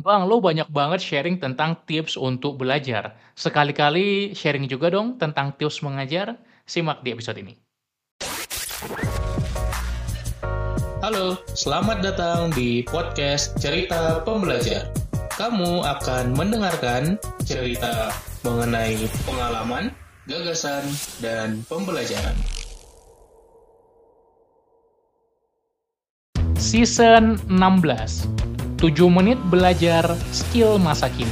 Bang, lo banyak banget sharing tentang tips untuk belajar. Sekali-kali sharing juga dong tentang tips mengajar. Simak di episode ini. Halo, selamat datang di podcast Cerita Pembelajar. Kamu akan mendengarkan cerita mengenai pengalaman, gagasan, dan pembelajaran. Season 16. 7 menit belajar skill masa kini.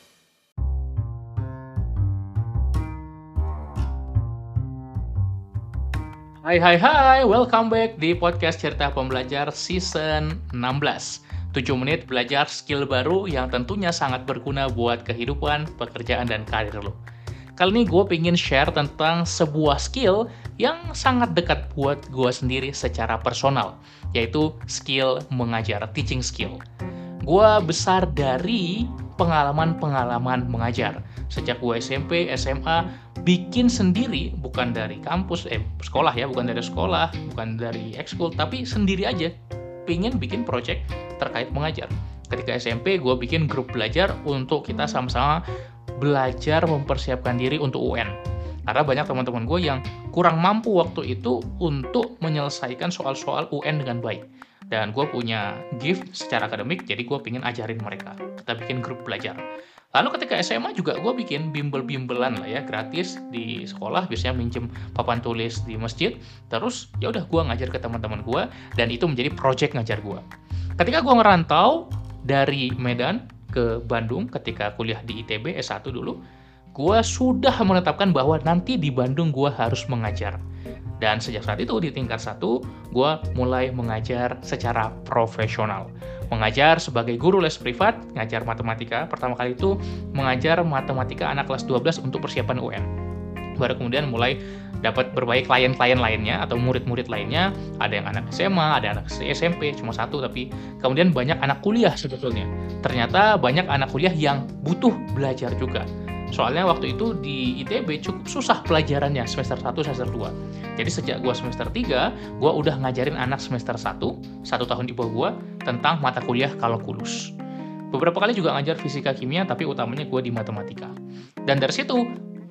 Hai, welcome back di podcast Cerita Pembelajar Season 16. 7 menit belajar skill baru yang tentunya sangat berguna buat kehidupan, pekerjaan, dan karir lo. Kali ini gue pengen share tentang sebuah skill yang sangat dekat buat gue sendiri secara personal, yaitu skill mengajar, teaching skill. Gue besar dari pengalaman-pengalaman mengajar. Sejak gue SMP, SMA, bikin sendiri, bukan dari kampus, sekolah ya, bukan dari sekolah, bukan dari ekskul, tapi sendiri aja. Pengen bikin project terkait mengajar. Ketika SMP, gue bikin grup belajar untuk kita sama-sama belajar mempersiapkan diri untuk UN. Karena banyak teman-teman gue yang kurang mampu waktu itu untuk menyelesaikan soal-soal UN dengan baik. Dan gue punya gift secara akademik, jadi gue pengen ajarin mereka. Kita bikin grup belajar. Lalu ketika SMA juga gue bikin bimbel-bimbelan lah ya, gratis di sekolah, biasanya minjem papan tulis di masjid. Terus ya udah gue ngajar ke teman-teman gue, dan itu menjadi project ngajar gue. Ketika gue ngerantau dari Medan ke Bandung ketika kuliah di ITB S1 dulu, gue sudah menetapkan bahwa nanti di Bandung gue harus mengajar. Dan sejak saat itu di tingkat 1, gue mulai mengajar secara profesional. Mengajar sebagai guru les privat, ngajar matematika. Pertama kali itu mengajar matematika anak kelas 12 untuk persiapan UN. Baru kemudian mulai dapat berbagai klien-klien lainnya atau murid-murid lainnya. Ada yang anak SMA, ada anak SMP, cuma satu, tapi kemudian banyak anak kuliah sebetulnya. Ternyata banyak anak kuliah yang butuh belajar juga. Soalnya waktu itu di ITB cukup susah pelajarannya semester 1, semester 2. Jadi sejak gue semester 3, gue udah ngajarin anak semester 1 tahun di bawah gue, tentang mata kuliah kalkulus. Beberapa kali juga ngajar fisika kimia, tapi utamanya gue di matematika. Dan dari situ,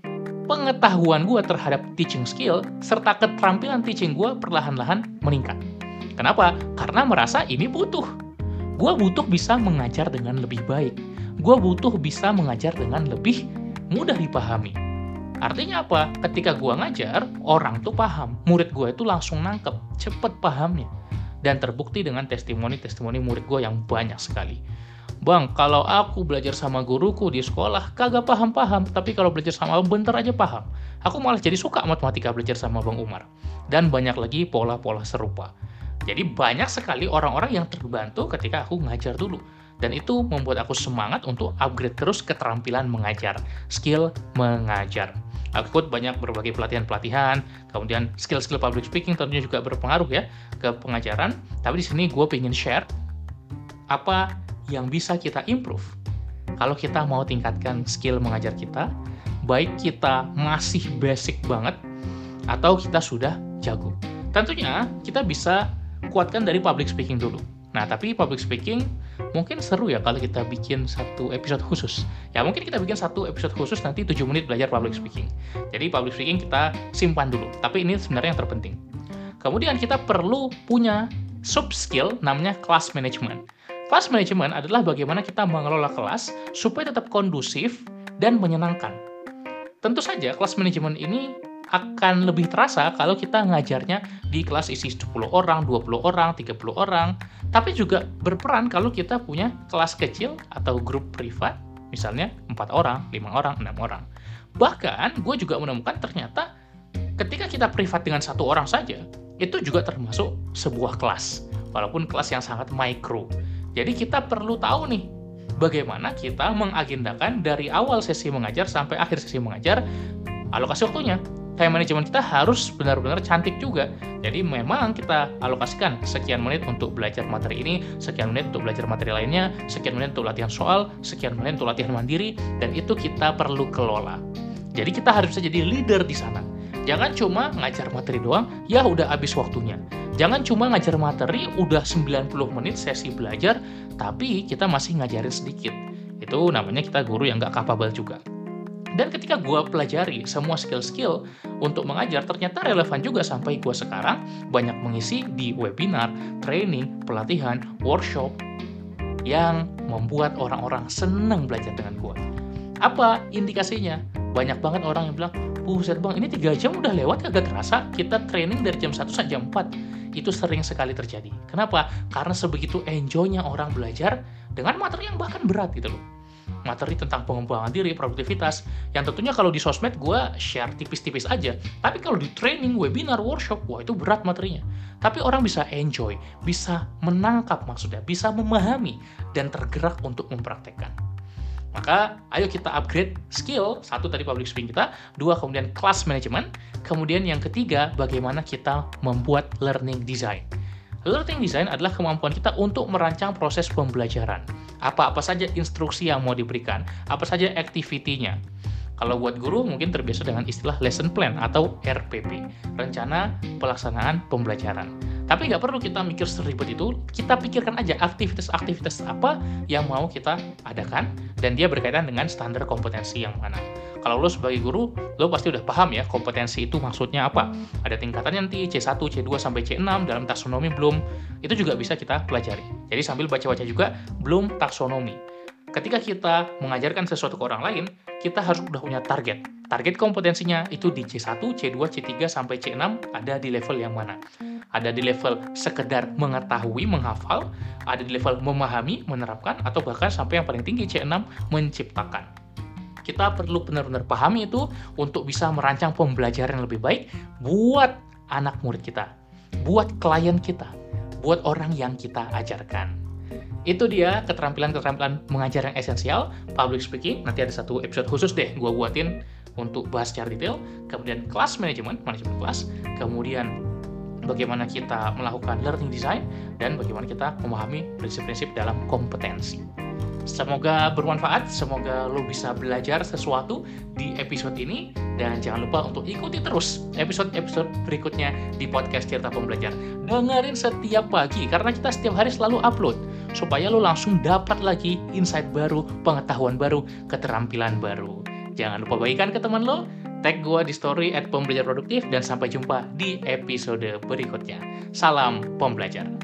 pengetahuan gue terhadap teaching skill, serta keterampilan teaching gue perlahan-lahan meningkat. Kenapa? Karena merasa ini butuh. Gue butuh bisa mengajar dengan lebih baik. Gue butuh bisa mengajar dengan lebih mudah dipahami. Artinya apa? Ketika gue ngajar, orang tuh paham. Murid gue itu langsung nangkep, cepet pahamnya. Dan terbukti dengan testimoni-testimoni murid gue yang banyak sekali. Bang, kalau aku belajar sama guruku di sekolah, kagak paham-paham. Tapi kalau belajar sama abang, bentar aja paham. Aku malah jadi suka matematika belajar sama Bang Umar. Dan banyak lagi pola-pola serupa. Jadi banyak sekali orang-orang yang terbantu ketika aku ngajar dulu. Dan itu membuat aku semangat untuk upgrade terus keterampilan mengajar, skill mengajar. Aku ikut banyak berbagai pelatihan-pelatihan, kemudian skill-skill public speaking tentunya juga berpengaruh ya ke pengajaran. Tapi di sini gue pengen share apa yang bisa kita improve kalau kita mau tingkatkan skill mengajar kita, baik kita masih basic banget atau kita sudah jago. Tentunya kita bisa kuatkan dari public speaking dulu. Nah, tapi public speaking mungkin seru ya kalau kita bikin satu episode khusus. Ya, mungkin kita bikin satu episode khusus nanti 7 menit belajar public speaking. Jadi public speaking kita simpan dulu. Tapi ini sebenarnya yang terpenting. Kemudian kita perlu punya sub skill namanya class management. Class management adalah bagaimana kita mengelola kelas supaya tetap kondusif dan menyenangkan. Tentu saja class management ini akan lebih terasa kalau kita ngajarnya di kelas isi 10 orang, 20 orang, 30 orang. Tapi juga berperan kalau kita punya kelas kecil atau grup privat, misalnya 4 orang, 5 orang, 6 orang. Bahkan, gue juga menemukan ternyata ketika kita privat dengan 1 orang saja, itu juga termasuk sebuah kelas. Walaupun kelas yang sangat mikro. Jadi kita perlu tahu nih, bagaimana kita mengagendakan dari awal sesi mengajar sampai akhir sesi mengajar, alokasi waktunya. Time management kita harus benar-benar cantik juga. Jadi memang kita alokasikan sekian menit untuk belajar materi ini, sekian menit untuk belajar materi lainnya, sekian menit untuk latihan soal, sekian menit untuk latihan mandiri, dan itu kita perlu kelola. Jadi kita harus bisa jadi leader di sana. Jangan cuma ngajar materi doang, ya udah habis waktunya. Jangan cuma ngajar materi, udah 90 menit sesi belajar, tapi kita masih ngajarin sedikit. Itu namanya kita guru yang nggak capable juga. Dan ketika gue pelajari semua skill-skill untuk mengajar, ternyata relevan juga sampai gue sekarang banyak mengisi di webinar, training, pelatihan, workshop yang membuat orang-orang senang belajar dengan gue. Apa indikasinya? Banyak banget orang yang bilang, buset bang, ini 3 jam udah lewat agak terasa, kita training dari jam 1 sampai jam 4. Itu sering sekali terjadi. Kenapa? Karena sebegitu enjoy-nya orang belajar dengan materi yang bahkan berat gitu loh. Materi tentang pengembangan diri, produktivitas, yang tentunya kalau di sosmed gue share tipis-tipis aja. Tapi kalau di training, webinar, workshop, wah itu berat materinya. Tapi orang bisa enjoy, bisa menangkap maksudnya, bisa memahami, dan tergerak untuk mempraktekkan. Maka ayo kita upgrade skill. 1 tadi public speaking kita, 2 kemudian class management, kemudian yang ketiga bagaimana kita membuat learning design. Learning design adalah kemampuan kita untuk merancang proses pembelajaran. Apa-apa saja instruksi yang mau diberikan, apa saja activity-nya. Kalau buat guru mungkin terbiasa dengan istilah lesson plan atau RPP, rencana pelaksanaan pembelajaran. Tapi nggak perlu kita mikir seribet itu, kita pikirkan aja aktivitas-aktivitas apa yang mau kita adakan, dan dia berkaitan dengan standar kompetensi yang mana. Kalau lo sebagai guru, lo pasti udah paham ya kompetensi itu maksudnya apa. Ada tingkatannya nanti C1, C2, sampai C6, dalam taksonomi belum, itu juga bisa kita pelajari. Jadi sambil baca-baca juga, belum taksonomi. Ketika kita mengajarkan sesuatu ke orang lain, kita harus udah punya target. Target kompetensinya itu di C1, C2, C3, sampai C6 ada di level yang mana. Ada di level sekedar mengetahui, menghafal, ada di level memahami, menerapkan, atau bahkan sampai yang paling tinggi C6, menciptakan. Kita perlu benar-benar pahami itu untuk bisa merancang pembelajaran yang lebih baik buat anak murid kita, buat klien kita, buat orang yang kita ajarkan. Itu dia keterampilan-keterampilan mengajar yang esensial, public speaking. Nanti ada satu episode khusus deh gue buatin untuk bahas secara detail. Kemudian class management, manajemen kelas. Kemudian bagaimana kita melakukan learning design, dan bagaimana kita memahami prinsip-prinsip dalam kompetensi. Semoga bermanfaat, semoga lo bisa belajar sesuatu di episode ini, dan jangan lupa untuk ikuti terus episode-episode berikutnya di podcast Cerita Pembelajar. Dengerin setiap pagi, karena kita setiap hari selalu upload, supaya lo langsung dapat lagi insight baru, pengetahuan baru, keterampilan baru. Jangan lupa bagikan ke teman lo, tag gue di story @pembelajarproduktif, dan sampai jumpa di episode berikutnya. Salam pembelajar.